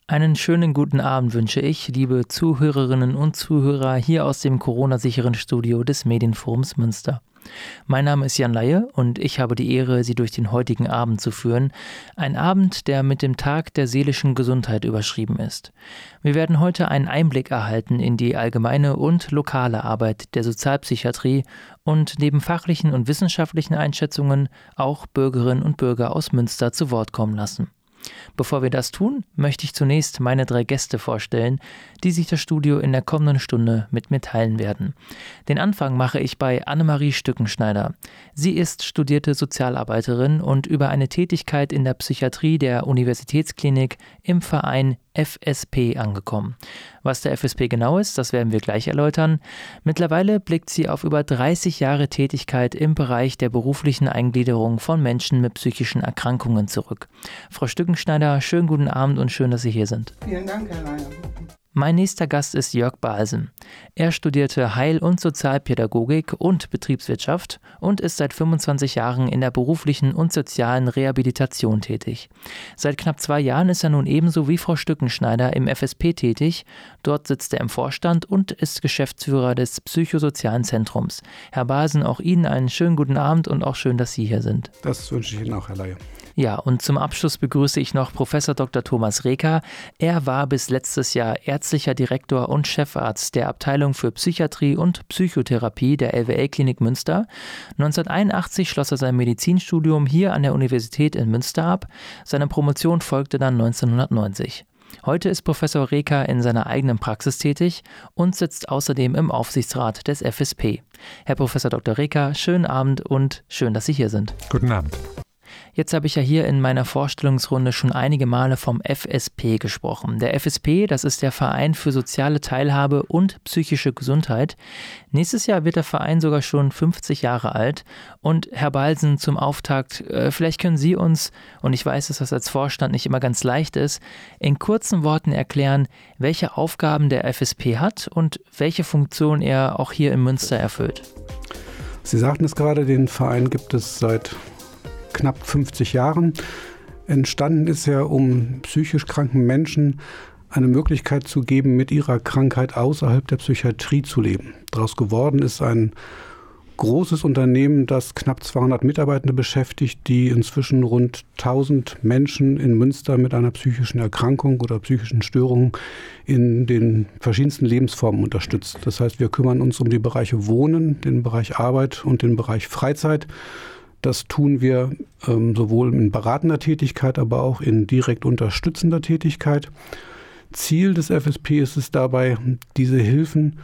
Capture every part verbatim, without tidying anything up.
Einen schönen guten Abend wünsche ich, liebe Zuhörerinnen und Zuhörer hier aus dem Corona-sicheren Studio des Medienforums Münster. Mein Name ist Jan Laie und ich habe die Ehre, Sie durch den heutigen Abend zu führen. Ein Abend, der mit dem Tag der seelischen Gesundheit überschrieben ist. Wir werden heute einen Einblick erhalten in die allgemeine und lokale Arbeit der Sozialpsychiatrie und neben fachlichen und wissenschaftlichen Einschätzungen auch Bürgerinnen und Bürger aus Münster zu Wort kommen lassen. Bevor wir das tun, möchte ich zunächst meine drei Gäste vorstellen, die sich das Studio in der kommenden Stunde mit mir teilen werden. Den Anfang mache ich bei Annemarie Stückenschneider. Sie ist studierte Sozialarbeiterin und über eine Tätigkeit in der Psychiatrie der Universitätsklinik im Verein F S P angekommen. Was der F S P genau ist, das werden wir gleich erläutern. Mittlerweile blickt sie auf über dreißig Jahre Tätigkeit im Bereich der beruflichen Eingliederung von Menschen mit psychischen Erkrankungen zurück. Frau Stückenschneider, schönen guten Abend und schön, dass Sie hier sind. Vielen Dank, Herr Laie. Mein nächster Gast ist Jörg Balsen. Er studierte Heil- und Sozialpädagogik und Betriebswirtschaft und ist seit fünfundzwanzig Jahren in der beruflichen und sozialen Rehabilitation tätig. Seit knapp zwei Jahren ist er nun ebenso wie Frau Stückenschneider im F S P tätig. Dort sitzt er im Vorstand und ist Geschäftsführer des Psychosozialen Zentrums. Herr Balsen, auch Ihnen einen schönen guten Abend und auch schön, dass Sie hier sind. Das wünsche ich Ihnen auch, Herr Laie. Ja, und zum Abschluss begrüße ich noch Professor Doktor Thomas Reker. Er war bis letztes Jahr ärztlicher Direktor und Chefarzt der Abteilung für Psychiatrie und Psychotherapie der L W L-Klinik Münster. neunzehnhunderteinundachtzig schloss er sein Medizinstudium hier an der Universität in Münster ab. Seine Promotion folgte dann neunzehnhundertneunzig. Heute ist Professor Reker in seiner eigenen Praxis tätig und sitzt außerdem im Aufsichtsrat des F S P. Herr Professor Doktor Reker, schönen Abend und schön, dass Sie hier sind. Guten Abend. Jetzt habe ich ja hier in meiner Vorstellungsrunde schon einige Male vom F S P gesprochen. Der F S P, das ist der Verein für soziale Teilhabe und psychische Gesundheit. Nächstes Jahr wird der Verein sogar schon fünfzig Jahre alt. Und Herr Balsen, zum Auftakt, äh, vielleicht können Sie uns, und ich weiß, dass das als Vorstand nicht immer ganz leicht ist, in kurzen Worten erklären, welche Aufgaben der F S P hat und welche Funktion er auch hier in Münster erfüllt. Sie sagten es gerade, den Verein gibt es seit knapp fünfzig Jahren. Entstanden ist er, um psychisch kranken Menschen eine Möglichkeit zu geben, mit ihrer Krankheit außerhalb der Psychiatrie zu leben. Daraus geworden ist ein großes Unternehmen, das knapp zweihundert Mitarbeitende beschäftigt, die inzwischen rund tausend Menschen in Münster mit einer psychischen Erkrankung oder psychischen Störung in den verschiedensten Lebensformen unterstützt. Das heißt, wir kümmern uns um die Bereiche Wohnen, den Bereich Arbeit und den Bereich Freizeit. Das tun wir ähm, sowohl in beratender Tätigkeit, aber auch in direkt unterstützender Tätigkeit. Ziel des F S P ist es dabei, diese Hilfen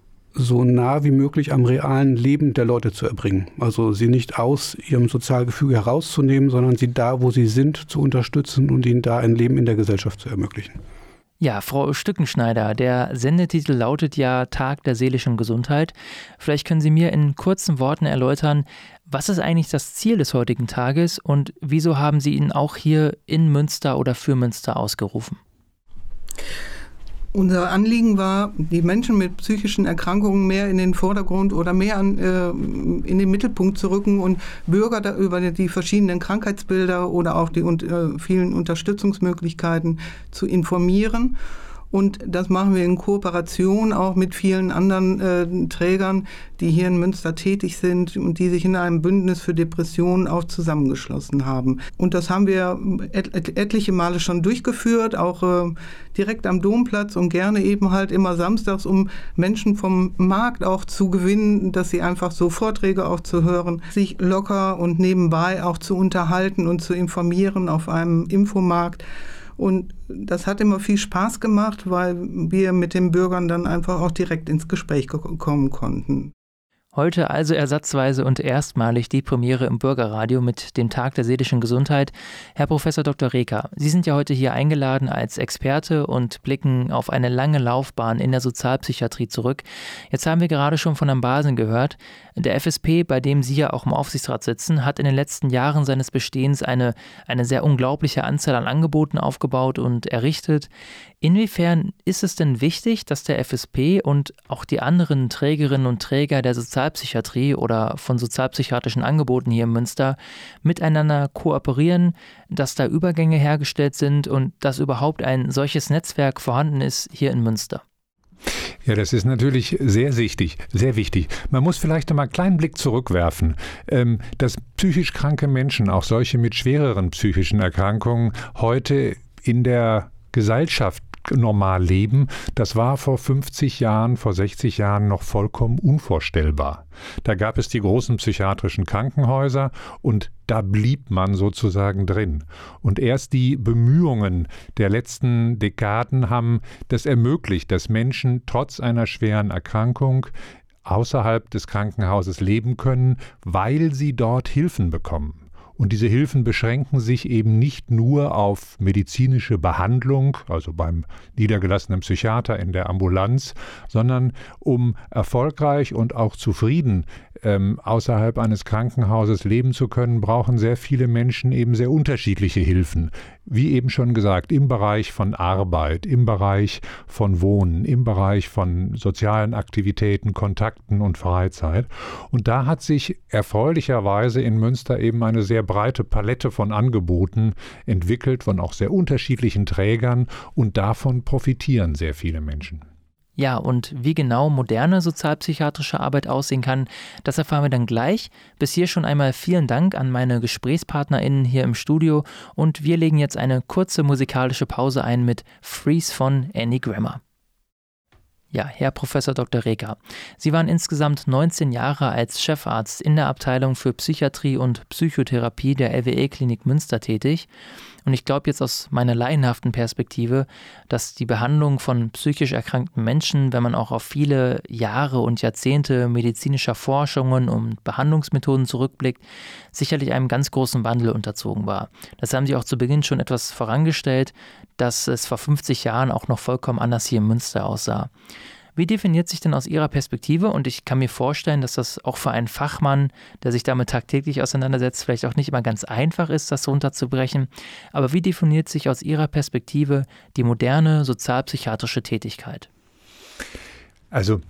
so nah wie möglich am realen Leben der Leute zu erbringen. Also sie nicht aus ihrem Sozialgefüge herauszunehmen, sondern sie da, wo sie sind, zu unterstützen und ihnen da ein Leben in der Gesellschaft zu ermöglichen. Ja, Frau Stückenschneider, der Sendetitel lautet ja Tag der seelischen Gesundheit. Vielleicht können Sie mir in kurzen Worten erläutern, was ist eigentlich das Ziel des heutigen Tages und wieso haben Sie ihn auch hier in Münster oder für Münster ausgerufen? Unser Anliegen war, die Menschen mit psychischen Erkrankungen mehr in den Vordergrund oder mehr an, äh, in den Mittelpunkt zu rücken und Bürger da über die verschiedenen Krankheitsbilder oder auch die und, äh, vielen Unterstützungsmöglichkeiten zu informieren. Und das machen wir in Kooperation auch mit vielen anderen äh, Trägern, die hier in Münster tätig sind und die sich in einem Bündnis für Depressionen auch zusammengeschlossen haben. Und das haben wir et- et- etliche Male schon durchgeführt, auch äh, direkt am Domplatz und gerne eben halt immer samstags, um Menschen vom Markt auch zu gewinnen, dass sie einfach so Vorträge auch zu hören, sich locker und nebenbei auch zu unterhalten und zu informieren auf einem Infomarkt. Und das hat immer viel Spaß gemacht, weil wir mit den Bürgern dann einfach auch direkt ins Gespräch kommen konnten. Heute also ersatzweise und erstmalig die Premiere im Bürgerradio mit dem Tag der seelischen Gesundheit. Herr Professor Doktor Reker, Sie sind ja heute hier eingeladen als Experte und blicken auf eine lange Laufbahn in der Sozialpsychiatrie zurück. Jetzt haben wir gerade schon von Herrn Balsen gehört. Der F S P, bei dem Sie ja auch im Aufsichtsrat sitzen, hat in den letzten Jahren seines Bestehens eine, eine sehr unglaubliche Anzahl an Angeboten aufgebaut und errichtet. Inwiefern ist es denn wichtig, dass der F S P und auch die anderen Trägerinnen und Träger der Sozialpsychiatrie Sozialpsychiatrie oder von sozialpsychiatrischen Angeboten hier in Münster miteinander kooperieren, dass da Übergänge hergestellt sind und dass überhaupt ein solches Netzwerk vorhanden ist hier in Münster? Ja, das ist natürlich sehr wichtig, sehr wichtig. Man muss vielleicht noch mal einen kleinen Blick zurückwerfen, dass psychisch kranke Menschen, auch solche mit schwereren psychischen Erkrankungen, heute in der Gesellschaft normal leben, das war vor fünfzig Jahren, vor sechzig Jahren noch vollkommen unvorstellbar. Da gab es die großen psychiatrischen Krankenhäuser und da blieb man sozusagen drin. Und erst die Bemühungen der letzten Dekaden haben das ermöglicht, dass Menschen trotz einer schweren Erkrankung außerhalb des Krankenhauses leben können, weil sie dort Hilfen bekommen. Und diese Hilfen beschränken sich eben nicht nur auf medizinische Behandlung, also beim niedergelassenen Psychiater in der Ambulanz, sondern um erfolgreich und auch zufrieden ähm, außerhalb eines Krankenhauses leben zu können, brauchen sehr viele Menschen eben sehr unterschiedliche Hilfen. Wie eben schon gesagt, im Bereich von Arbeit, im Bereich von Wohnen, im Bereich von sozialen Aktivitäten, Kontakten und Freizeit. Und da hat sich erfreulicherweise in Münster eben eine sehr breite Palette von Angeboten entwickelt, von auch sehr unterschiedlichen Trägern, und davon profitieren sehr viele Menschen. Ja, und wie genau moderne sozialpsychiatrische Arbeit aussehen kann, das erfahren wir dann gleich. Bis hier schon einmal vielen Dank an meine GesprächspartnerInnen hier im Studio und wir legen jetzt eine kurze musikalische Pause ein mit Freeze von Annie Grammer. Ja, Herr Professor Doktor Reker, Sie waren insgesamt neunzehn Jahre als Chefarzt in der Abteilung für Psychiatrie und Psychotherapie der L W E-Klinik Münster tätig. Und ich glaube jetzt aus meiner laienhaften Perspektive, dass die Behandlung von psychisch erkrankten Menschen, wenn man auch auf viele Jahre und Jahrzehnte medizinischer Forschungen und Behandlungsmethoden zurückblickt, sicherlich einem ganz großen Wandel unterzogen war. Das haben Sie auch zu Beginn schon etwas vorangestellt, dass es vor fünfzig Jahren auch noch vollkommen anders hier in Münster aussah. Wie definiert sich denn aus Ihrer Perspektive, und ich kann mir vorstellen, dass das auch für einen Fachmann, der sich damit tagtäglich auseinandersetzt, vielleicht auch nicht immer ganz einfach ist, das runterzubrechen, aber wie definiert sich aus Ihrer Perspektive die moderne sozialpsychiatrische Tätigkeit? Also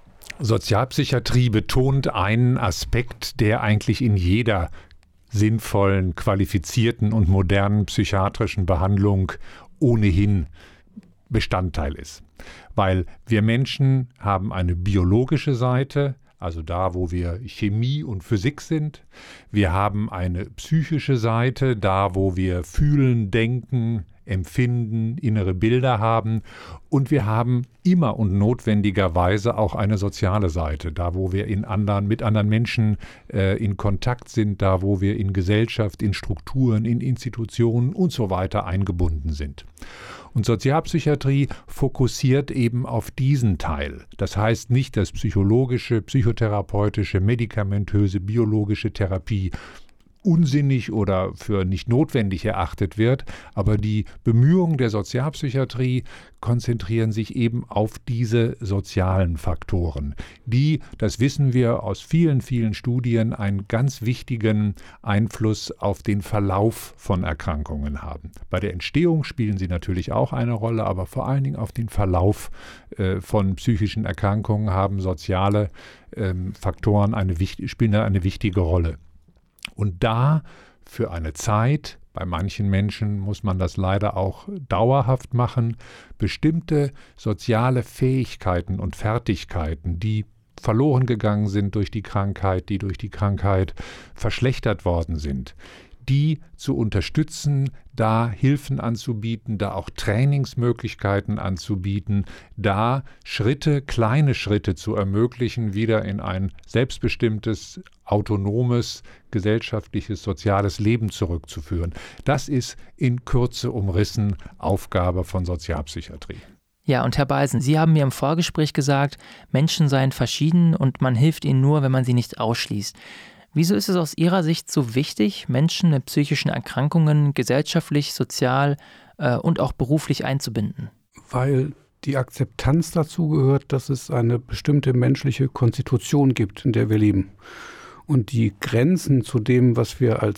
Sozialpsychiatrie betont einen Aspekt, der eigentlich in jeder sinnvollen, qualifizierten und modernen psychiatrischen Behandlung ohnehin Bestandteil ist. Weil wir Menschen haben eine biologische Seite, also da, wo wir Chemie und Physik sind. Wir haben eine psychische Seite, da, wo wir fühlen, denken, empfinden, innere Bilder haben. Und wir haben immer und notwendigerweise auch eine soziale Seite, da, wo wir in anderen, mit anderen Menschen äh, in Kontakt sind, da, wo wir in Gesellschaft, in Strukturen, in Institutionen und so weiter eingebunden sind. Und Sozialpsychiatrie fokussiert eben auf diesen Teil. Das heißt nicht, dass psychologische, psychotherapeutische, medikamentöse, biologische Therapie unsinnig oder für nicht notwendig erachtet wird, aber die Bemühungen der Sozialpsychiatrie konzentrieren sich eben auf diese sozialen Faktoren, die, das wissen wir aus vielen, vielen Studien, einen ganz wichtigen Einfluss auf den Verlauf von Erkrankungen haben. Bei der Entstehung spielen sie natürlich auch eine Rolle, aber vor allen Dingen auf den Verlauf äh, von psychischen Erkrankungen haben soziale äh, Faktoren eine, spielen eine wichtige Rolle. Und da für eine Zeit, bei manchen Menschen muss man das leider auch dauerhaft machen, bestimmte soziale Fähigkeiten und Fertigkeiten, die verloren gegangen sind durch die Krankheit, die durch die Krankheit verschlechtert worden sind, die zu unterstützen, da Hilfen anzubieten, da auch Trainingsmöglichkeiten anzubieten, da Schritte, kleine Schritte zu ermöglichen, wieder in ein selbstbestimmtes, autonomes, gesellschaftliches, soziales Leben zurückzuführen. Das ist in Kürze umrissen Aufgabe von Sozialpsychiatrie. Ja, und Herr Beisen, Sie haben mir im Vorgespräch gesagt, Menschen seien verschieden und man hilft ihnen nur, wenn man sie nicht ausschließt. Wieso ist es aus Ihrer Sicht so wichtig, Menschen mit psychischen Erkrankungen gesellschaftlich, sozial äh, und auch beruflich einzubinden? Weil die Akzeptanz dazu gehört, dass es eine bestimmte menschliche Konstitution gibt, in der wir leben. Und die Grenzen zu dem, was wir als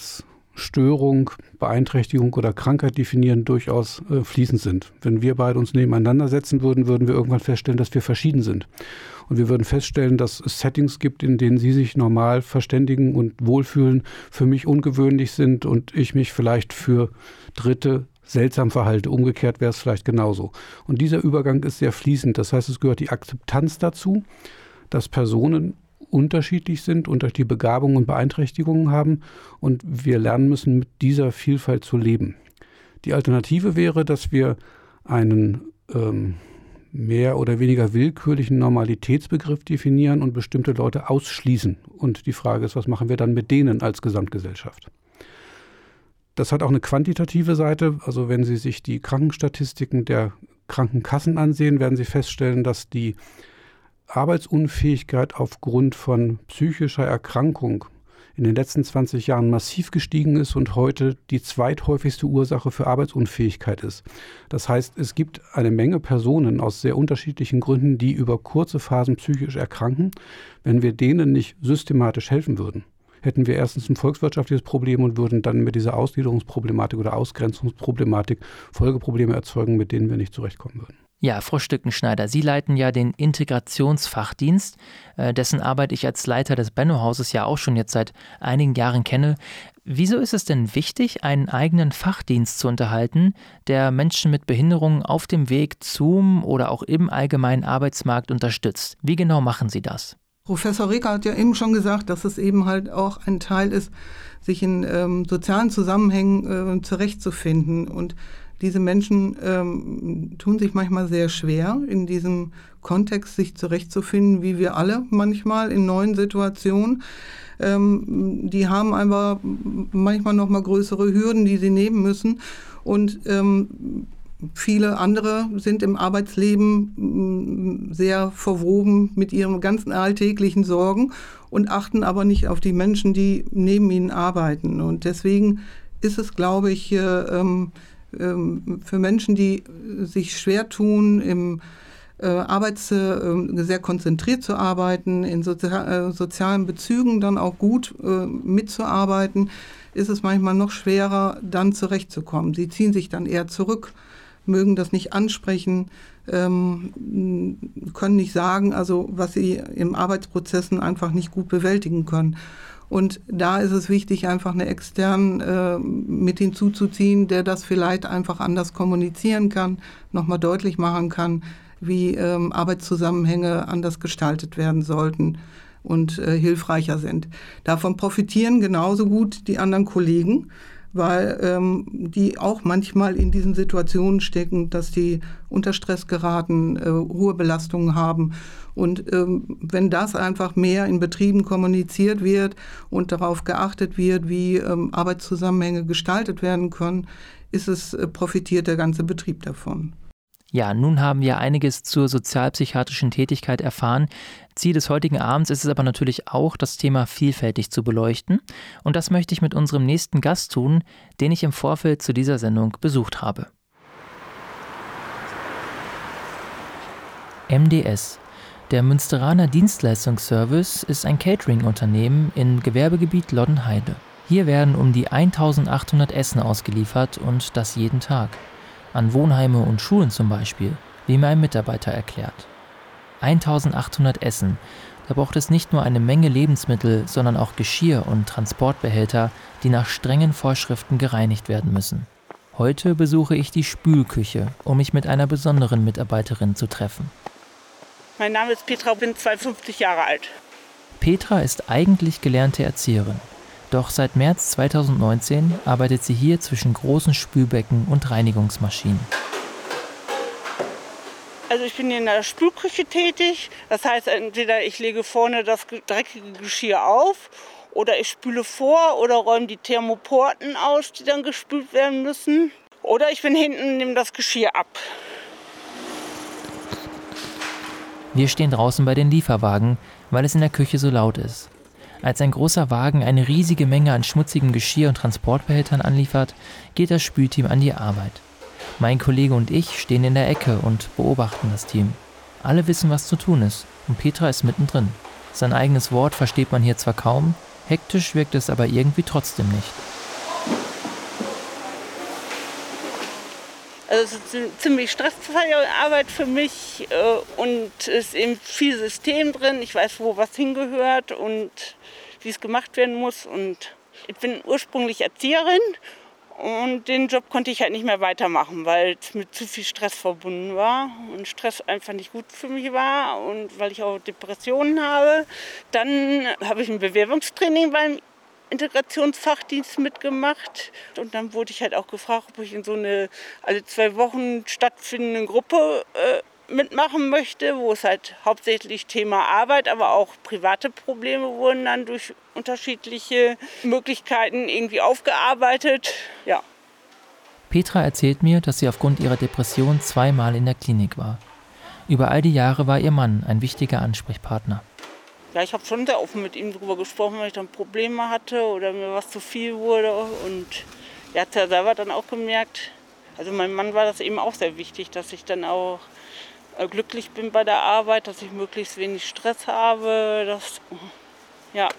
Störung, Beeinträchtigung oder Krankheit definieren, durchaus äh, fließend sind. Wenn wir beide uns nebeneinander setzen würden, würden wir irgendwann feststellen, dass wir verschieden sind. Und wir würden feststellen, dass es Settings gibt, in denen Sie sich normal verständigen und wohlfühlen, für mich ungewöhnlich sind und ich mich vielleicht für Dritte seltsam verhalte. Umgekehrt wäre es vielleicht genauso. Und dieser Übergang ist sehr fließend. Das heißt, es gehört die Akzeptanz dazu, dass Personen unterschiedlich sind, unterschiedliche Begabungen und Beeinträchtigungen haben und wir lernen müssen, mit dieser Vielfalt zu leben. Die Alternative wäre, dass wir einen ähm, mehr oder weniger willkürlichen Normalitätsbegriff definieren und bestimmte Leute ausschließen. Und die Frage ist, was machen wir dann mit denen als Gesamtgesellschaft? Das hat auch eine quantitative Seite. Also wenn Sie sich die Krankenstatistiken der Krankenkassen ansehen, werden Sie feststellen, dass die Arbeitsunfähigkeit aufgrund von psychischer Erkrankung in den letzten zwanzig Jahren massiv gestiegen ist und heute die zweithäufigste Ursache für Arbeitsunfähigkeit ist. Das heißt, es gibt eine Menge Personen aus sehr unterschiedlichen Gründen, die über kurze Phasen psychisch erkranken. Wenn wir denen nicht systematisch helfen würden, hätten wir erstens ein volkswirtschaftliches Problem und würden dann mit dieser Ausgliederungsproblematik oder Ausgrenzungsproblematik Folgeprobleme erzeugen, mit denen wir nicht zurechtkommen würden. Ja, Frau Stückenschneider, Sie leiten ja den Integrationsfachdienst, äh, dessen Arbeit ich als Leiter des Benno-Hauses ja auch schon jetzt seit einigen Jahren kenne. Wieso ist es denn wichtig, einen eigenen Fachdienst zu unterhalten, der Menschen mit Behinderungen auf dem Weg zum oder auch im allgemeinen Arbeitsmarkt unterstützt? Wie genau machen Sie das? Professor Reker hat ja eben schon gesagt, dass es eben halt auch ein Teil ist, sich in ähm, sozialen Zusammenhängen äh, zurechtzufinden. Und diese Menschen ähm, tun sich manchmal sehr schwer, in diesem Kontext sich zurechtzufinden, wie wir alle manchmal in neuen Situationen. Ähm, die haben einfach manchmal noch mal größere Hürden, die sie nehmen müssen. Und ähm, viele andere sind im Arbeitsleben sehr verwoben mit ihren ganzen alltäglichen Sorgen und achten aber nicht auf die Menschen, die neben ihnen arbeiten. Und deswegen ist es, glaube ich, ähm, für Menschen, die sich schwer tun, im äh, Arbeits, äh, sehr konzentriert zu arbeiten, in sozial, äh, sozialen Bezügen dann auch gut äh, mitzuarbeiten, ist es manchmal noch schwerer, dann zurechtzukommen. Sie ziehen sich dann eher zurück, mögen das nicht ansprechen, ähm, können nicht sagen, also was sie im Arbeitsprozessen einfach nicht gut bewältigen können. Und da ist es wichtig, einfach einen externen äh, mit hinzuzuziehen, der das vielleicht einfach anders kommunizieren kann, nochmal deutlich machen kann, wie ähm, Arbeitszusammenhänge anders gestaltet werden sollten und äh, hilfreicher sind. Davon profitieren genauso gut die anderen Kollegen, weil ähm, die auch manchmal in diesen Situationen stecken, dass die unter Stress geraten, äh, hohe Belastungen haben. Und ähm, wenn das einfach mehr in Betrieben kommuniziert wird und darauf geachtet wird, wie ähm, Arbeitszusammenhänge gestaltet werden können, ist es, äh, profitiert der ganze Betrieb davon. Ja, nun haben wir einiges zur sozialpsychiatrischen Tätigkeit erfahren. Ziel des heutigen Abends ist es aber natürlich auch, das Thema vielfältig zu beleuchten. Und das möchte ich mit unserem nächsten Gast tun, den ich im Vorfeld zu dieser Sendung besucht habe. M D S. Der Münsteraner Dienstleistungsservice ist ein Catering-Unternehmen im Gewerbegebiet Loddenheide. Hier werden um die eintausendachthundert Essen ausgeliefert und das jeden Tag. An Wohnheime und Schulen zum Beispiel, wie mir ein Mitarbeiter erklärt. eintausendachthundert Essen, da braucht es nicht nur eine Menge Lebensmittel, sondern auch Geschirr und Transportbehälter, die nach strengen Vorschriften gereinigt werden müssen. Heute besuche ich die Spülküche, um mich mit einer besonderen Mitarbeiterin zu treffen. Mein Name ist Petra, bin zweiundfünfzig Jahre alt. Petra ist eigentlich gelernte Erzieherin. Doch seit März zweitausendneunzehn arbeitet sie hier zwischen großen Spülbecken und Reinigungsmaschinen. Also ich bin in der Spülküche tätig. Das heißt, entweder ich lege vorne das dreckige Geschirr auf oder ich spüle vor oder räume die Thermoporten aus, die dann gespült werden müssen. Oder ich bin hinten und nehme das Geschirr ab. Wir stehen draußen bei den Lieferwagen, weil es in der Küche so laut ist. Als ein großer Wagen eine riesige Menge an schmutzigem Geschirr und Transportbehältern anliefert, geht das Spülteam an die Arbeit. Mein Kollege und ich stehen in der Ecke und beobachten das Team. Alle wissen, was zu tun ist, und Petra ist mittendrin. Sein eigenes Wort versteht man hier zwar kaum, hektisch wirkt es aber irgendwie trotzdem nicht. Also es ist eine ziemlich stressfreie Arbeit für mich äh, und es ist eben viel System drin. Ich weiß, wo was hingehört und wie es gemacht werden muss. Und ich bin ursprünglich Erzieherin und den Job konnte ich halt nicht mehr weitermachen, weil es mit zu viel Stress verbunden war und Stress einfach nicht gut für mich war und weil ich auch Depressionen habe. Dann habe ich ein Bewerbungstraining beim Integrationsfachdienst mitgemacht und dann wurde ich halt auch gefragt, ob ich in so eine alle zwei Wochen stattfindende Gruppe äh, mitmachen möchte, wo es halt hauptsächlich Thema Arbeit, aber auch private Probleme wurden dann durch unterschiedliche Möglichkeiten irgendwie aufgearbeitet. Ja. Petra erzählt mir, dass sie aufgrund ihrer Depression zweimal in der Klinik war. Über all die Jahre war ihr Mann ein wichtiger Ansprechpartner. Ja, ich habe schon sehr offen mit ihm darüber gesprochen, wenn ich dann Probleme hatte oder mir was zu viel wurde. Und er hat ja selber dann auch gemerkt, also meinem Mann war das eben auch sehr wichtig, dass ich dann auch äh, glücklich bin bei der Arbeit, dass ich möglichst wenig Stress habe. Dass, ja.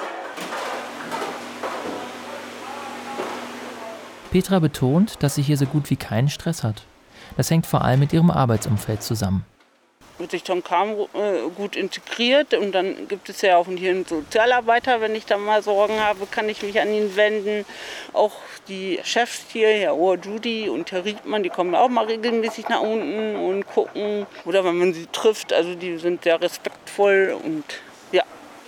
Petra betont, dass sie hier so gut wie keinen Stress hat. Das hängt vor allem mit ihrem Arbeitsumfeld zusammen. Wird sich dann kaum äh, gut integriert und dann gibt es ja auch hier einen Sozialarbeiter, wenn ich da mal Sorgen habe, kann ich mich an ihn wenden. Auch die Chefs hier, Herr Ohr Judy und Herr Riedmann, die kommen auch mal regelmäßig nach unten und gucken. Oder wenn man sie trifft, also die sind sehr respektvoll und ja.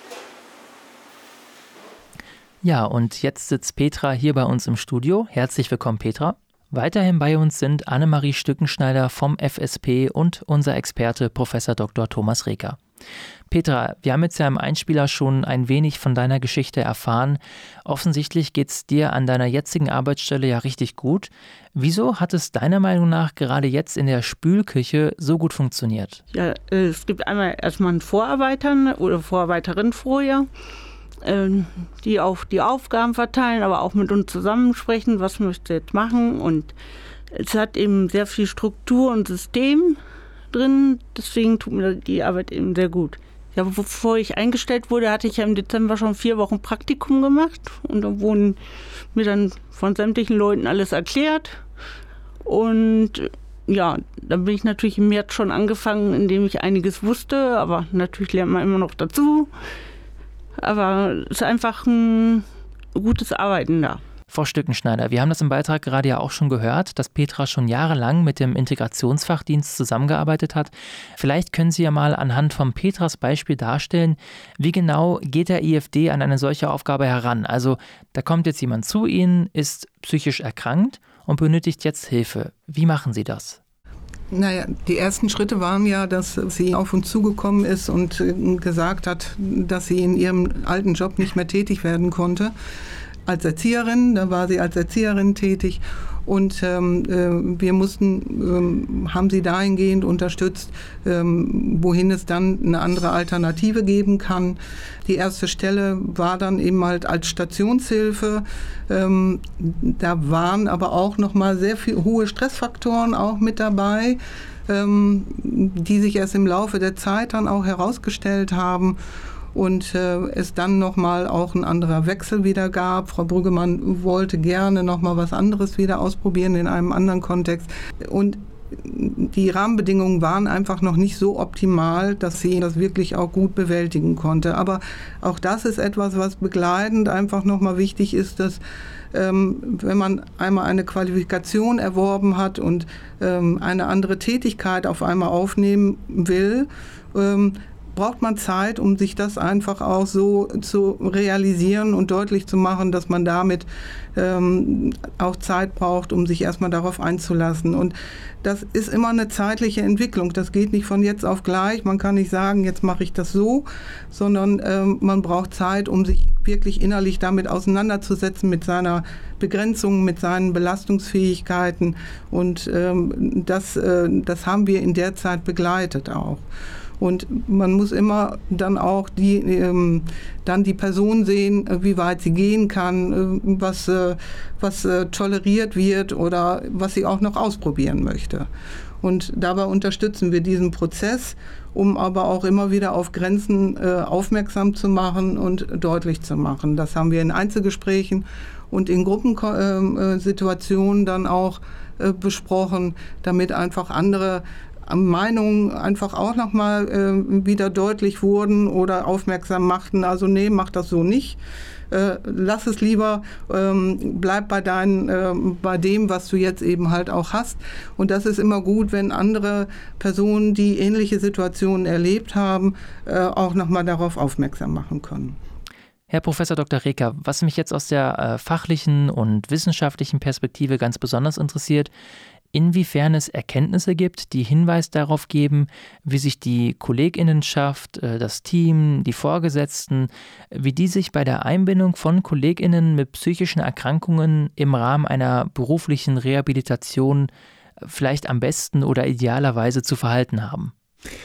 Ja, und jetzt sitzt Petra hier bei uns im Studio. Herzlich willkommen, Petra. Weiterhin bei uns sind Annemarie Stückenschneider vom F S P und unser Experte Professor Doktor Thomas Reker. Petra, wir haben jetzt ja im Einspieler schon ein wenig von deiner Geschichte erfahren. Offensichtlich geht es dir an deiner jetzigen Arbeitsstelle ja richtig gut. Wieso hat es deiner Meinung nach gerade jetzt in der Spülküche so gut funktioniert? Ja, es gibt einmal erstmal einen Vorarbeiter oder Vorarbeiterin vorher, die auch die Aufgaben verteilen, aber auch mit uns zusammensprechen, was möchte ihr jetzt machen. Und es hat eben sehr viel Struktur und System drin, deswegen tut mir die Arbeit eben sehr gut. Ja, bevor ich eingestellt wurde, hatte ich ja im Dezember schon vier Wochen Praktikum gemacht und da wurden mir dann von sämtlichen Leuten alles erklärt. Und ja, dann bin ich natürlich im März schon angefangen, indem ich einiges wusste, aber natürlich lernt man immer noch dazu. Aber es ist einfach ein gutes Arbeiten da. Frau Stückenschneider, wir haben das im Beitrag gerade ja auch schon gehört, dass Petra schon jahrelang mit dem Integrationsfachdienst zusammengearbeitet hat. Vielleicht können Sie ja mal anhand von Petras Beispiel darstellen, wie genau geht der I F D an eine solche Aufgabe heran? Also da kommt jetzt jemand zu Ihnen, ist psychisch erkrankt und benötigt jetzt Hilfe. Wie machen Sie das? Naja, die ersten Schritte waren ja, dass sie auf uns zugekommen ist und gesagt hat, dass sie in ihrem alten Job nicht mehr tätig werden konnte. Als Erzieherin, da war sie als Erzieherin tätig und ähm, äh, wir mussten, ähm, haben sie dahingehend unterstützt, ähm, wohin es dann eine andere Alternative geben kann. Die erste Stelle war dann eben halt als Stationshilfe. Ähm, da waren aber auch nochmal sehr viel hohe Stressfaktoren auch mit dabei, ähm, die sich erst im Laufe der Zeit dann auch herausgestellt haben. Und äh, es dann nochmal auch ein anderer Wechsel wieder gab. Frau Brüggemann wollte gerne nochmal was anderes wieder ausprobieren in einem anderen Kontext. Und die Rahmenbedingungen waren einfach noch nicht so optimal, dass sie das wirklich auch gut bewältigen konnte. Aber auch das ist etwas, was begleitend einfach nochmal wichtig ist, dass ähm, wenn man einmal eine Qualifikation erworben hat und ähm, eine andere Tätigkeit auf einmal aufnehmen will, ähm, braucht man Zeit, um sich das einfach auch so zu realisieren und deutlich zu machen, dass man damit ähm, auch Zeit braucht, um sich erstmal darauf einzulassen. Und das ist immer eine zeitliche Entwicklung. Das geht nicht von jetzt auf gleich. Man kann nicht sagen, jetzt mache ich das so, sondern ähm, man braucht Zeit, um sich wirklich innerlich damit auseinanderzusetzen, mit seiner Begrenzung, mit seinen Belastungsfähigkeiten. Und ähm, das, äh, das haben wir in der Zeit begleitet auch. Und man muss immer dann auch die, ähm, dann die Person sehen, wie weit sie gehen kann, äh, was, äh, was äh, toleriert wird oder was sie auch noch ausprobieren möchte. Und dabei unterstützen wir diesen Prozess, um aber auch immer wieder auf Grenzen äh, aufmerksam zu machen und deutlich zu machen. Das haben wir in Einzelgesprächen und in Gruppensituationen äh, dann auch äh, besprochen, damit einfach andere Meinungen einfach auch nochmal äh, wieder deutlich wurden oder aufmerksam machten. Also nee, mach das so nicht. Äh, lass es lieber, ähm, bleib bei, dein, äh, bei dem, was du jetzt eben halt auch hast. Und das ist immer gut, wenn andere Personen, die ähnliche Situationen erlebt haben, äh, auch nochmal darauf aufmerksam machen können. Herr Professor Doktor Reker, was mich jetzt aus der äh, fachlichen und wissenschaftlichen Perspektive ganz besonders interessiert, inwiefern es Erkenntnisse gibt, die Hinweis darauf geben, wie sich die KollegInnenschaft, das Team, die Vorgesetzten, wie die sich bei der Einbindung von KollegInnen mit psychischen Erkrankungen im Rahmen einer beruflichen Rehabilitation vielleicht am besten oder idealerweise zu verhalten haben.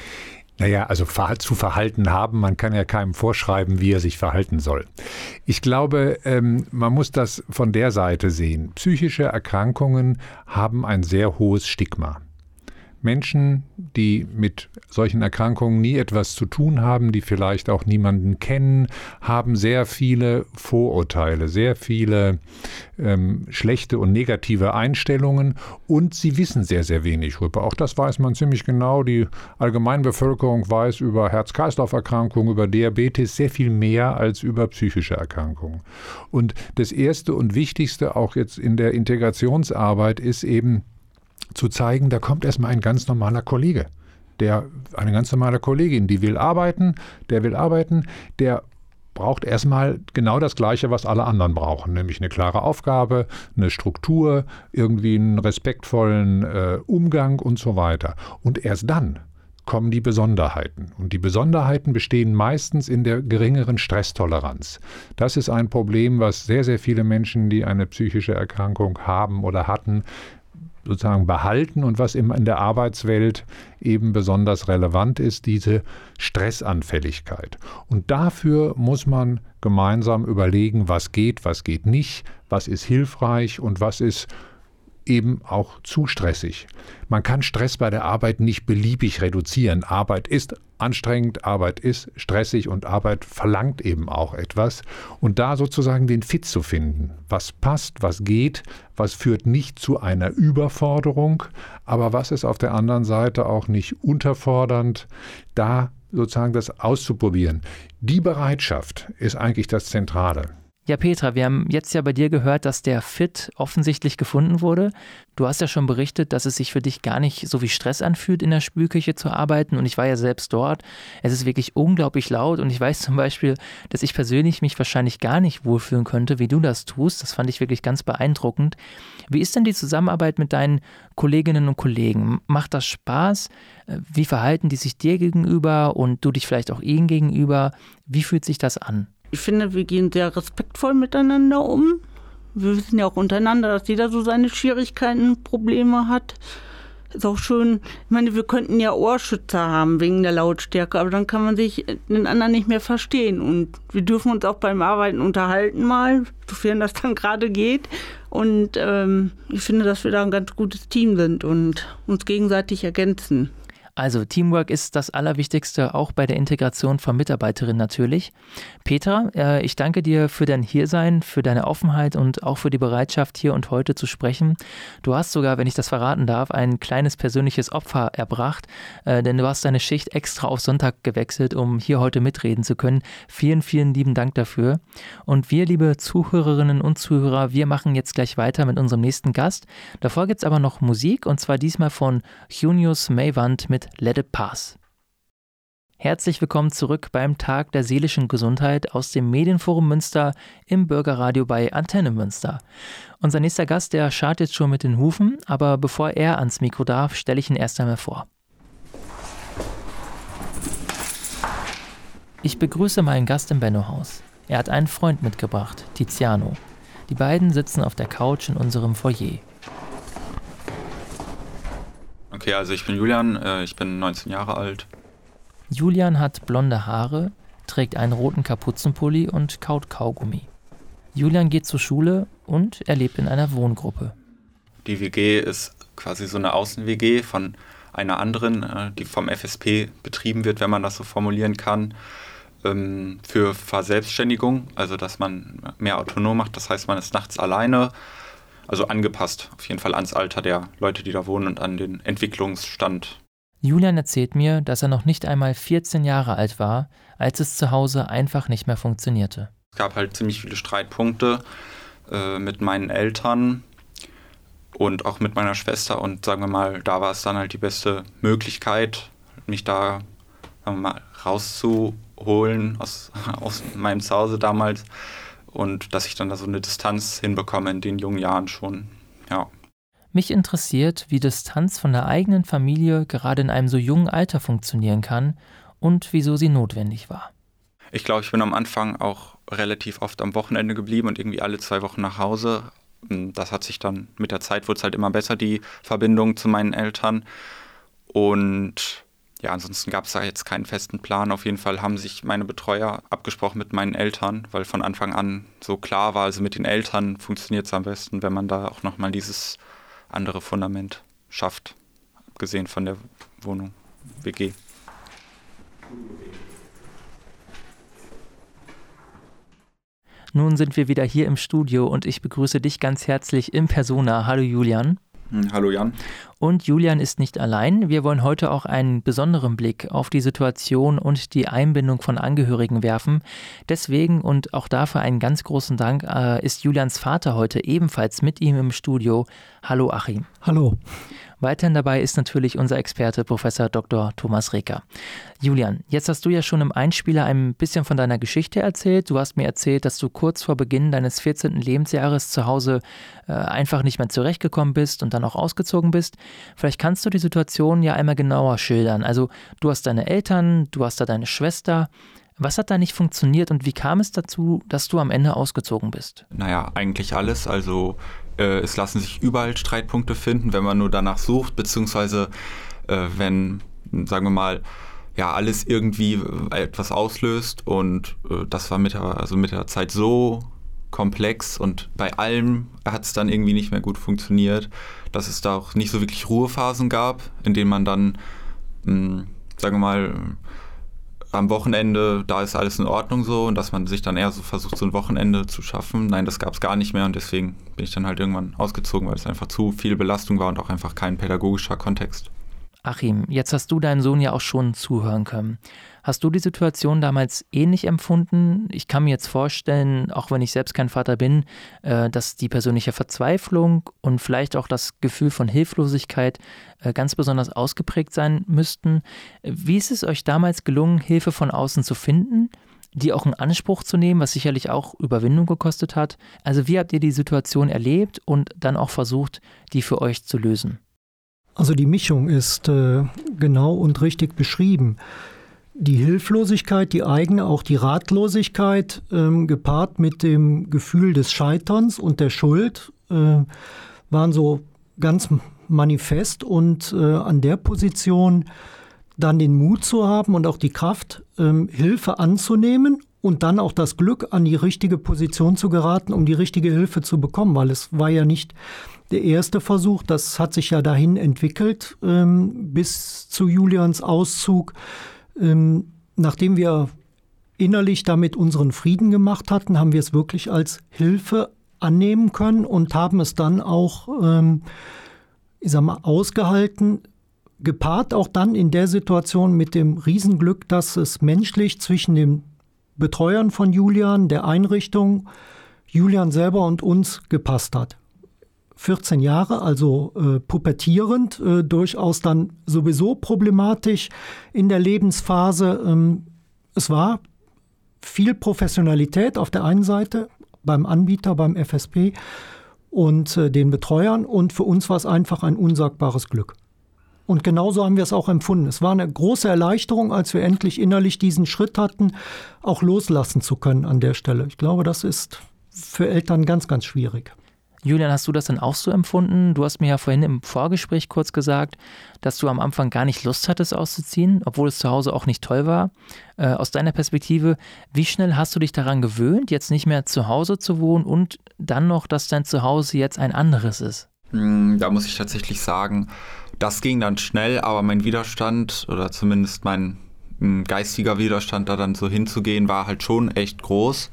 Naja, also zu verhalten haben, man kann ja keinem vorschreiben, wie er sich verhalten soll. Ich glaube, ähm, man muss das von der Seite sehen. Psychische Erkrankungen haben ein sehr hohes Stigma. Menschen, die mit solchen Erkrankungen nie etwas zu tun haben, die vielleicht auch niemanden kennen, haben sehr viele Vorurteile, sehr viele ähm, schlechte und negative Einstellungen und sie wissen sehr, sehr wenig darüber. Auch das weiß man ziemlich genau. Die Allgemeinbevölkerung weiß über Herz-Kreislauf-Erkrankungen, über Diabetes sehr viel mehr als über psychische Erkrankungen. Und das Erste und Wichtigste auch jetzt in der Integrationsarbeit ist eben, zu zeigen, da kommt erstmal ein ganz normaler Kollege, der, eine ganz normale Kollegin, die will arbeiten, der will arbeiten, der braucht erstmal genau das Gleiche, was alle anderen brauchen, nämlich eine klare Aufgabe, eine Struktur, irgendwie einen respektvollen äh, Umgang und so weiter. Und erst dann kommen die Besonderheiten. Und die Besonderheiten bestehen meistens in der geringeren Stresstoleranz. Das ist ein Problem, was sehr, sehr viele Menschen, die eine psychische Erkrankung haben oder hatten, sozusagen behalten und was in der Arbeitswelt eben besonders relevant ist, diese Stressanfälligkeit. Und dafür muss man gemeinsam überlegen, was geht, was geht nicht, was ist hilfreich und was ist eben auch zu stressig. Man kann Stress bei der Arbeit nicht beliebig reduzieren. Arbeit ist anstrengend, Arbeit ist stressig und Arbeit verlangt eben auch etwas. Und da sozusagen den Fit zu finden, was passt, was geht, was führt nicht zu einer Überforderung, aber was ist auf der anderen Seite auch nicht unterfordernd, da sozusagen das auszuprobieren. Die Bereitschaft ist eigentlich das Zentrale. Ja, Petra, wir haben jetzt ja bei dir gehört, dass der Fit offensichtlich gefunden wurde. Du hast ja schon berichtet, dass es sich für dich gar nicht so wie Stress anfühlt, in der Spülküche zu arbeiten. Und ich war ja selbst dort. Es ist wirklich unglaublich laut. Und ich weiß zum Beispiel, dass ich persönlich mich wahrscheinlich gar nicht wohlfühlen könnte, wie du das tust. Das fand ich wirklich ganz beeindruckend. Wie ist denn die Zusammenarbeit mit deinen Kolleginnen und Kollegen? Macht das Spaß? Wie verhalten die sich dir gegenüber und du dich vielleicht auch ihnen gegenüber? Wie fühlt sich das an? Ich finde, wir gehen sehr respektvoll miteinander um. Wir wissen ja auch untereinander, dass jeder so seine Schwierigkeiten, Probleme hat. Ist auch schön, ich meine, wir könnten ja Ohrschützer haben wegen der Lautstärke, aber dann kann man sich den anderen nicht mehr verstehen. Und wir dürfen uns auch beim Arbeiten unterhalten mal, sofern das dann gerade geht. Und ähm, ich finde, dass wir da ein ganz gutes Team sind und uns gegenseitig ergänzen. Also Teamwork ist das Allerwichtigste, auch bei der Integration von Mitarbeiterinnen natürlich. Petra, äh, ich danke dir für dein Hiersein, für deine Offenheit und auch für die Bereitschaft, hier und heute zu sprechen. Du hast sogar, wenn ich das verraten darf, ein kleines persönliches Opfer erbracht, äh, denn du hast deine Schicht extra auf Sonntag gewechselt, um hier heute mitreden zu können. Vielen, vielen lieben Dank dafür. Und wir, liebe Zuhörerinnen und Zuhörer, wir machen jetzt gleich weiter mit unserem nächsten Gast. Davor gibt es aber noch Musik, und zwar diesmal von Junius Maywand mit Let It Pass. Herzlich willkommen zurück beim Tag der seelischen Gesundheit aus dem Medienforum Münster im Bürgerradio bei Antenne Münster. Unser nächster Gast, der scharrt jetzt schon mit den Hufen, aber bevor er ans Mikro darf, stelle ich ihn erst einmal vor. Ich begrüße meinen Gast im Benno-Haus. Er hat einen Freund mitgebracht, Tiziano. Die beiden sitzen auf der Couch in unserem Foyer. Okay, also ich bin Julian, ich bin neunzehn Jahre alt Julian hat blonde Haare, trägt einen roten Kapuzenpulli und kaut Kaugummi. Julian geht zur Schule und er lebt in einer Wohngruppe. Die W G ist quasi so eine Außen-W G von einer anderen, die vom F S P betrieben wird, wenn man das so formulieren kann, für Verselbstständigung, also dass man mehr autonom macht. Das heißt, man ist nachts alleine, also angepasst auf jeden Fall ans Alter der Leute, die da wohnen und an den Entwicklungsstand. Julian erzählt mir, dass er noch nicht einmal vierzehn Jahre alt war, als es zu Hause einfach nicht mehr funktionierte. Es gab halt ziemlich viele Streitpunkte äh, mit meinen Eltern und auch mit meiner Schwester. Und sagen wir mal, da war es dann halt die beste Möglichkeit, mich da sagen wir mal, rauszuholen aus, aus meinem Zuhause damals. Und dass ich dann da so eine Distanz hinbekomme in den jungen Jahren schon, ja. Mich interessiert, wie Distanz von der eigenen Familie gerade in einem so jungen Alter funktionieren kann und wieso sie notwendig war. Ich glaube, ich bin am Anfang auch relativ oft am Wochenende geblieben und irgendwie alle zwei Wochen nach Hause. Das hat sich dann mit der Zeit, wurde es halt immer besser, die Verbindung zu meinen Eltern. Und ja, ansonsten gab es da jetzt keinen festen Plan. Auf jeden Fall haben sich meine Betreuer abgesprochen mit meinen Eltern, weil von Anfang an so klar war, also mit den Eltern funktioniert es am besten, wenn man da auch nochmal dieses andere Fundament schafft, abgesehen von der Wohnung, W G. Nun sind wir wieder hier im Studio und ich begrüße dich ganz herzlich in Persona. Hallo Julian. Hallo Jan. Und Julian ist nicht allein. Wir wollen heute auch einen besonderen Blick auf die Situation und die Einbindung von Angehörigen werfen. Deswegen und auch dafür einen ganz großen Dank äh, ist Julians Vater heute ebenfalls mit ihm im Studio. Hallo Achim. Hallo. Weiterhin dabei ist natürlich unser Experte Professor Doktor Thomas Reker. Julian, jetzt hast du ja schon im Einspieler ein bisschen von deiner Geschichte erzählt. Du hast mir erzählt, dass du kurz vor Beginn deines vierzehnten Lebensjahres zu Hause äh, einfach nicht mehr zurechtgekommen bist und dann auch ausgezogen bist. Vielleicht kannst du die Situation ja einmal genauer schildern. Also du hast deine Eltern, du hast da deine Schwester. Was hat da nicht funktioniert und wie kam es dazu, dass du am Ende ausgezogen bist? Naja, eigentlich alles. Also äh, es lassen sich überall Streitpunkte finden, wenn man nur danach sucht, beziehungsweise äh, wenn, sagen wir mal, ja, alles irgendwie etwas auslöst. Und äh, das war mit der, also mit der Zeit so komplex und bei allem hat es dann irgendwie nicht mehr gut funktioniert, dass es da auch nicht so wirklich Ruhephasen gab, in denen man dann, mh, sagen wir mal, am Wochenende, da ist alles in Ordnung so und dass man sich dann eher so versucht, so ein Wochenende zu schaffen. Nein, das gab es gar nicht mehr und deswegen bin ich dann halt irgendwann ausgezogen, weil es einfach zu viel Belastung war und auch einfach kein pädagogischer Kontext. Achim, jetzt hast du deinen Sohn ja auch schon zuhören können. Hast du die Situation damals ähnlich empfunden? Ich kann mir jetzt vorstellen, auch wenn ich selbst kein Vater bin, dass die persönliche Verzweiflung und vielleicht auch das Gefühl von Hilflosigkeit ganz besonders ausgeprägt sein müssten. Wie ist es euch damals gelungen, Hilfe von außen zu finden, die auch in Anspruch zu nehmen, was sicherlich auch Überwindung gekostet hat? Also wie habt ihr die Situation erlebt und dann auch versucht, die für euch zu lösen? Also die Mischung ist äh, genau und richtig beschrieben. Die Hilflosigkeit, die eigene, auch die Ratlosigkeit, ähm, gepaart mit dem Gefühl des Scheiterns und der Schuld, äh, waren so ganz manifest. Und äh, an der Position dann den Mut zu haben und auch die Kraft, ähm, Hilfe anzunehmen und dann auch das Glück, an die richtige Position zu geraten, um die richtige Hilfe zu bekommen. Weil es war ja nicht der erste Versuch, das hat sich ja dahin entwickelt, ähm, bis zu Julians Auszug. Ähm, nachdem wir innerlich damit unseren Frieden gemacht hatten, haben wir es wirklich als Hilfe annehmen können und haben es dann auch, ähm, ich sag mal, ausgehalten, gepaart auch dann in der Situation mit dem Riesenglück, dass es menschlich zwischen den Betreuern von Julian, der Einrichtung, Julian selber und uns gepasst hat. vierzehn Jahre, also äh, pubertierend, äh, durchaus dann sowieso problematisch in der Lebensphase. Ähm, es war viel Professionalität auf der einen Seite beim Anbieter, beim F S P und äh, den Betreuern und für uns war es einfach ein unsagbares Glück. Und genauso haben wir es auch empfunden. Es war eine große Erleichterung, als wir endlich innerlich diesen Schritt hatten, auch loslassen zu können an der Stelle. Ich glaube, das ist für Eltern ganz, ganz schwierig. Julian, hast du das dann auch so empfunden? Du hast mir ja vorhin im Vorgespräch kurz gesagt, dass du am Anfang gar nicht Lust hattest auszuziehen, obwohl es zu Hause auch nicht toll war. Äh, aus deiner Perspektive, wie schnell hast du dich daran gewöhnt, jetzt nicht mehr zu Hause zu wohnen und dann noch, dass dein Zuhause jetzt ein anderes ist? Da muss ich tatsächlich sagen, das ging dann schnell, aber mein Widerstand oder zumindest mein geistiger Widerstand, da dann so hinzugehen, war halt schon echt groß.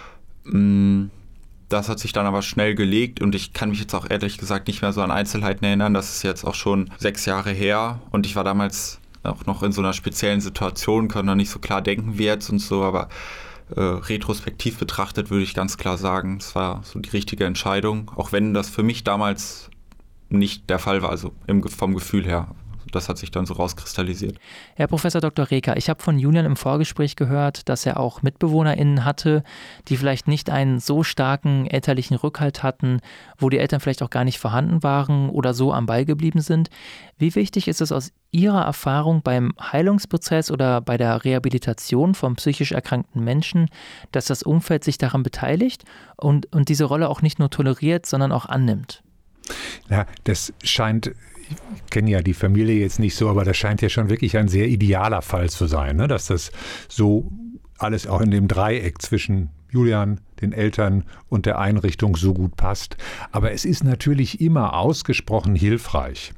Das hat sich dann aber schnell gelegt und ich kann mich jetzt auch ehrlich gesagt nicht mehr so an Einzelheiten erinnern. Das ist jetzt auch schon sechs Jahre her und ich war damals auch noch in so einer speziellen Situation, kann noch nicht so klar denken wie jetzt und so, aber äh, retrospektiv betrachtet würde ich ganz klar sagen, es war so die richtige Entscheidung, auch wenn das für mich damals nicht der Fall war, also im, vom Gefühl her. Das hat sich dann so rauskristallisiert. Herr Professor Doktor Reker, ich habe von Julian im Vorgespräch gehört, dass er auch MitbewohnerInnen hatte, die vielleicht nicht einen so starken elterlichen Rückhalt hatten, wo die Eltern vielleicht auch gar nicht vorhanden waren oder so am Ball geblieben sind. Wie wichtig ist es aus Ihrer Erfahrung beim Heilungsprozess oder bei der Rehabilitation von psychisch erkrankten Menschen, dass das Umfeld sich daran beteiligt und, und diese Rolle auch nicht nur toleriert, sondern auch annimmt? Ja, das scheint, ich kenne ja die Familie jetzt nicht so, aber das scheint ja schon wirklich ein sehr idealer Fall zu sein, ne? Dass das so alles auch in dem Dreieck zwischen Julian, den Eltern und der Einrichtung so gut passt. Aber es ist natürlich immer ausgesprochen hilfreich.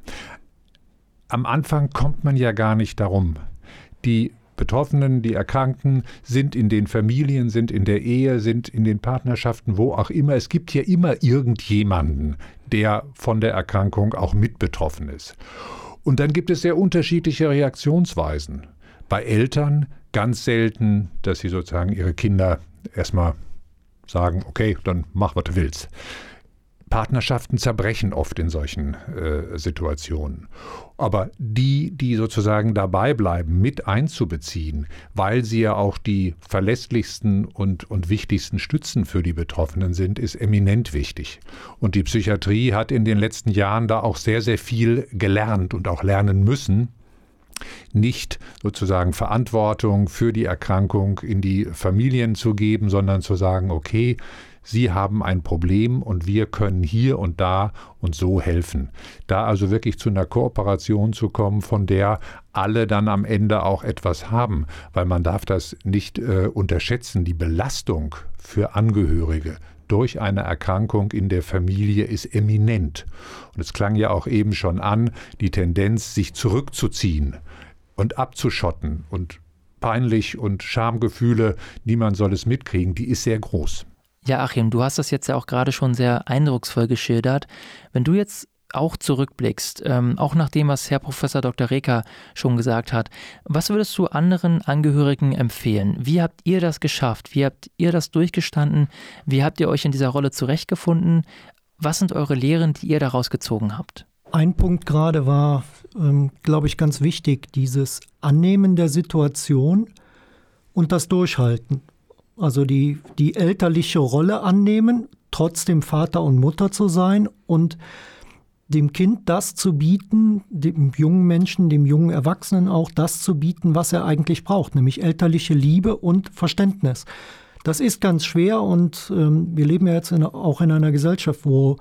Am Anfang kommt man ja gar nicht darum. Die Betroffenen, die Erkrankten sind in den Familien, sind in der Ehe, sind in den Partnerschaften, wo auch immer. Es gibt ja immer irgendjemanden, der von der Erkrankung auch mit betroffen ist. Und dann gibt es sehr unterschiedliche Reaktionsweisen. Bei Eltern ganz selten, dass sie sozusagen ihre Kinder erstmal sagen, okay, dann mach, was du willst. Partnerschaften zerbrechen oft in solchen äh, Situationen. Aber die, die sozusagen dabei bleiben, mit einzubeziehen, weil sie ja auch die verlässlichsten und, und wichtigsten Stützen für die Betroffenen sind, ist eminent wichtig. Und die Psychiatrie hat in den letzten Jahren da auch sehr, sehr viel gelernt und auch lernen müssen, nicht sozusagen Verantwortung für die Erkrankung in die Familien zu geben, sondern zu sagen, okay, Sie haben ein Problem und wir können hier und da und so helfen. Da also wirklich zu einer Kooperation zu kommen, von der alle dann am Ende auch etwas haben, weil man darf das nicht äh, unterschätzen. Die Belastung für Angehörige durch eine Erkrankung in der Familie ist eminent. Und es klang ja auch eben schon an, die Tendenz, sich zurückzuziehen und abzuschotten und peinlich und Schamgefühle, niemand soll es mitkriegen, die ist sehr groß. Ja, Achim, du hast das jetzt ja auch gerade schon sehr eindrucksvoll geschildert. Wenn du jetzt auch zurückblickst, ähm, auch nach dem, was Herr Professor Doktor Reker schon gesagt hat, was würdest du anderen Angehörigen empfehlen? Wie habt ihr das geschafft? Wie habt ihr das durchgestanden? Wie habt ihr euch in dieser Rolle zurechtgefunden? Was sind eure Lehren, die ihr daraus gezogen habt? Ein Punkt gerade war, ähm, glaube ich, ganz wichtig, dieses Annehmen der Situation und das Durchhalten. Also die, die elterliche Rolle annehmen, trotzdem Vater und Mutter zu sein und dem Kind das zu bieten, dem jungen Menschen, dem jungen Erwachsenen auch das zu bieten, was er eigentlich braucht, nämlich elterliche Liebe und Verständnis. Das ist ganz schwer und ähm, wir leben ja jetzt in, auch in einer Gesellschaft, wo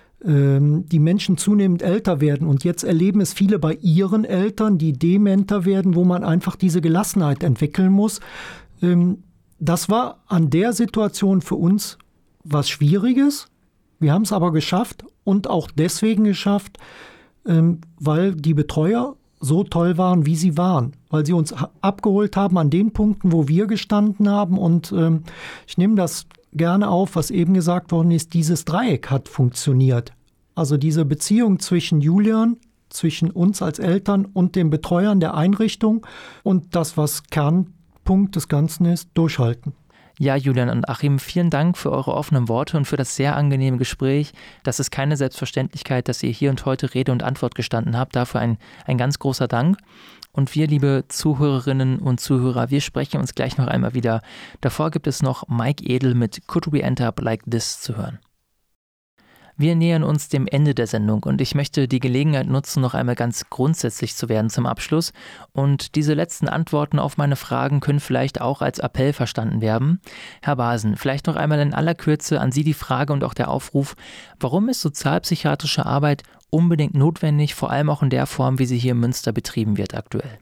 ähm, die Menschen zunehmend älter werden und jetzt erleben es viele bei ihren Eltern, die dementer werden, wo man einfach diese Gelassenheit entwickeln muss. Ähm, Das war an der Situation für uns was Schwieriges. Wir haben es aber geschafft und auch deswegen geschafft, ähm, weil die Betreuer so toll waren, wie sie waren. Weil sie uns abgeholt haben an den Punkten, wo wir gestanden haben. Und ähm, ich nehme das gerne auf, was eben gesagt worden ist, dieses Dreieck hat funktioniert. Also diese Beziehung zwischen Julian, zwischen uns als Eltern und den Betreuern der Einrichtung und das, was Kern Punkt des Ganzen ist, durchhalten. Ja, Julian und Achim, vielen Dank für eure offenen Worte und für das sehr angenehme Gespräch. Das ist keine Selbstverständlichkeit, dass ihr hier und heute Rede und Antwort gestanden habt. Dafür ein, ein ganz großer Dank. Und wir, liebe Zuhörerinnen und Zuhörer, wir sprechen uns gleich noch einmal wieder. Davor gibt es noch Mike Edel mit Could We End Up Like This zu hören. Wir nähern uns dem Ende der Sendung und ich möchte die Gelegenheit nutzen, noch einmal ganz grundsätzlich zu werden zum Abschluss. Und diese letzten Antworten auf meine Fragen können vielleicht auch als Appell verstanden werden. Herr Balsen, vielleicht noch einmal in aller Kürze an Sie die Frage und auch der Aufruf, warum ist sozialpsychiatrische Arbeit unbedingt notwendig, vor allem auch in der Form, wie sie hier in Münster betrieben wird aktuell?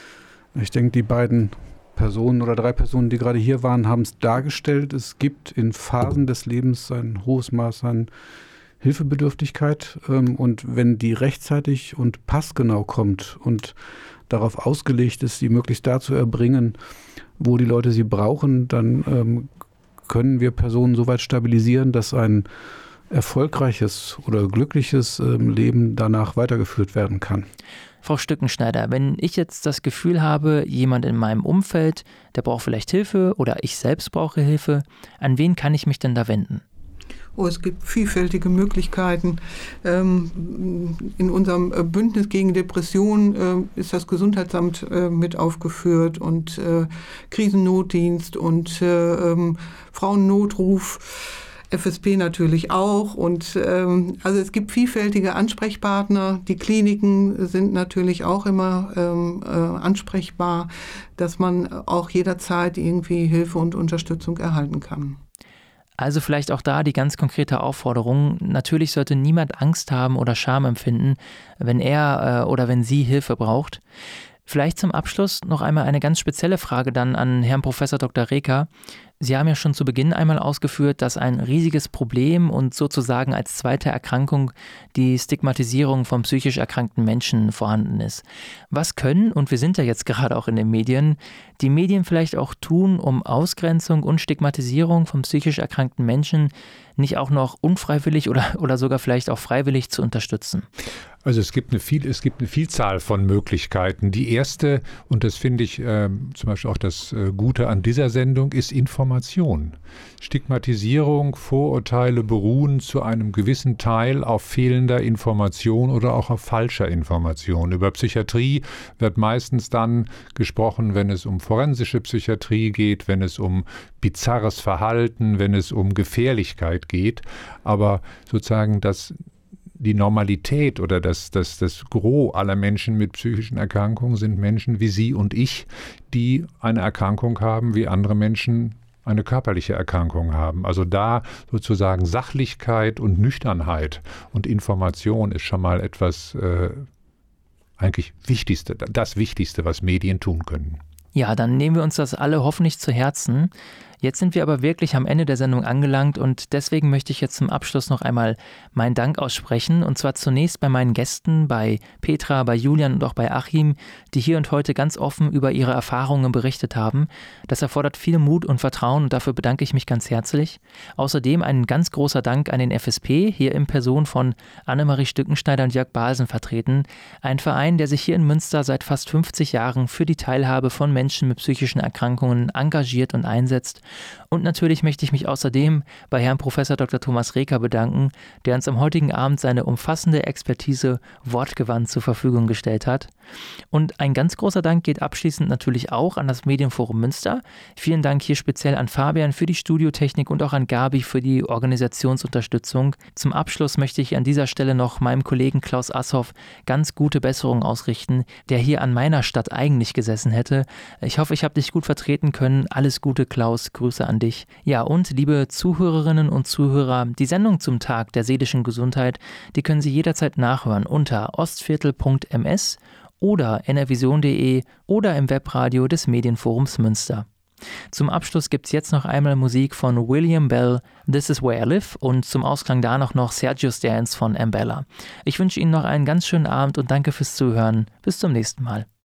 Ich denke, die beiden Personen oder drei Personen, die gerade hier waren, haben es dargestellt. Es gibt in Phasen des Lebens ein hohes Maß an Hilfebedürftigkeit. Und wenn die rechtzeitig und passgenau kommt und darauf ausgelegt ist, sie möglichst da zu erbringen, wo die Leute sie brauchen, dann können wir Personen so weit stabilisieren, dass ein erfolgreiches oder glückliches Leben danach weitergeführt werden kann. Frau Stückenschneider, wenn ich jetzt das Gefühl habe, jemand in meinem Umfeld, der braucht vielleicht Hilfe oder ich selbst brauche Hilfe, an wen kann ich mich denn da wenden? Oh, es gibt vielfältige Möglichkeiten. Ähm, in unserem Bündnis gegen Depressionen äh, ist das Gesundheitsamt äh, mit aufgeführt und äh, Krisennotdienst und äh, ähm, Frauennotruf. F S P natürlich auch und ähm, also es gibt vielfältige Ansprechpartner. Die Kliniken sind natürlich auch immer ähm, äh, ansprechbar, dass man auch jederzeit irgendwie Hilfe und Unterstützung erhalten kann. Also vielleicht auch da die ganz konkrete Aufforderung, natürlich sollte niemand Angst haben oder Scham empfinden, wenn er äh, oder wenn sie Hilfe braucht. Vielleicht zum Abschluss noch einmal eine ganz spezielle Frage dann an Herrn Professor Doktor Reker. Sie haben ja schon zu Beginn einmal ausgeführt, dass ein riesiges Problem und sozusagen als zweite Erkrankung die Stigmatisierung von psychisch erkrankten Menschen vorhanden ist. Was können, und wir sind ja jetzt gerade auch in den Medien, die Medien vielleicht auch tun, um Ausgrenzung und Stigmatisierung von psychisch erkrankten Menschen nicht auch noch unfreiwillig oder, oder sogar vielleicht auch freiwillig zu unterstützen? Also es gibt eine, viel, es gibt eine Vielzahl von Möglichkeiten. Die erste, und das finde ich äh, zum Beispiel auch das äh, Gute an dieser Sendung, ist Information. Stigmatisierung, Vorurteile beruhen zu einem gewissen Teil auf fehlender Information oder auch auf falscher Information. Über Psychiatrie wird meistens dann gesprochen, wenn es um forensische Psychiatrie geht, wenn es um bizarres Verhalten, wenn es um Gefährlichkeit geht. Aber sozusagen das Die Normalität oder das, das, das Gros aller Menschen mit psychischen Erkrankungen sind Menschen wie Sie und ich, die eine Erkrankung haben, wie andere Menschen eine körperliche Erkrankung haben. Also da sozusagen Sachlichkeit und Nüchternheit und Information ist schon mal etwas äh, eigentlich Wichtigste, das Wichtigste, was Medien tun können. Ja, dann nehmen wir uns das alle hoffentlich zu Herzen. Jetzt sind wir aber wirklich am Ende der Sendung angelangt und deswegen möchte ich jetzt zum Abschluss noch einmal meinen Dank aussprechen und zwar zunächst bei meinen Gästen, bei Petra, bei Julian und auch bei Achim, die hier und heute ganz offen über ihre Erfahrungen berichtet haben. Das erfordert viel Mut und Vertrauen und dafür bedanke ich mich ganz herzlich. Außerdem ein ganz großer Dank an den F S P, hier in Person von Annemarie Stückenschneider und Jörg Balsen vertreten. Ein Verein, der sich hier in Münster seit fast fünfzig Jahren für die Teilhabe von Menschen mit psychischen Erkrankungen engagiert und einsetzt. Und natürlich möchte ich mich außerdem bei Herrn Professor Doktor Thomas Reker bedanken, der uns am heutigen Abend seine umfassende Expertise wortgewandt zur Verfügung gestellt hat. Und ein ganz großer Dank geht abschließend natürlich auch an das Medienforum Münster. Vielen Dank hier speziell an Fabian für die Studiotechnik und auch an Gabi für die Organisationsunterstützung. Zum Abschluss möchte ich an dieser Stelle noch meinem Kollegen Klaus Ashoff ganz gute Besserung ausrichten, der hier an meiner Stadt eigentlich gesessen hätte. Ich hoffe, ich habe dich gut vertreten können. Alles Gute, Klaus. Grüße an dich. Ja, und liebe Zuhörerinnen und Zuhörer, die Sendung zum Tag der seelischen Gesundheit, die können Sie jederzeit nachhören unter ostviertel punkt m s oder n r vision punkt d e oder im Webradio des Medienforums Münster. Zum Abschluss gibt es jetzt noch einmal Musik von William Bell, This is Where I Live, und zum Ausklang da noch, noch Sergio's Dance von Ambella. Ich wünsche Ihnen noch einen ganz schönen Abend und danke fürs Zuhören. Bis zum nächsten Mal.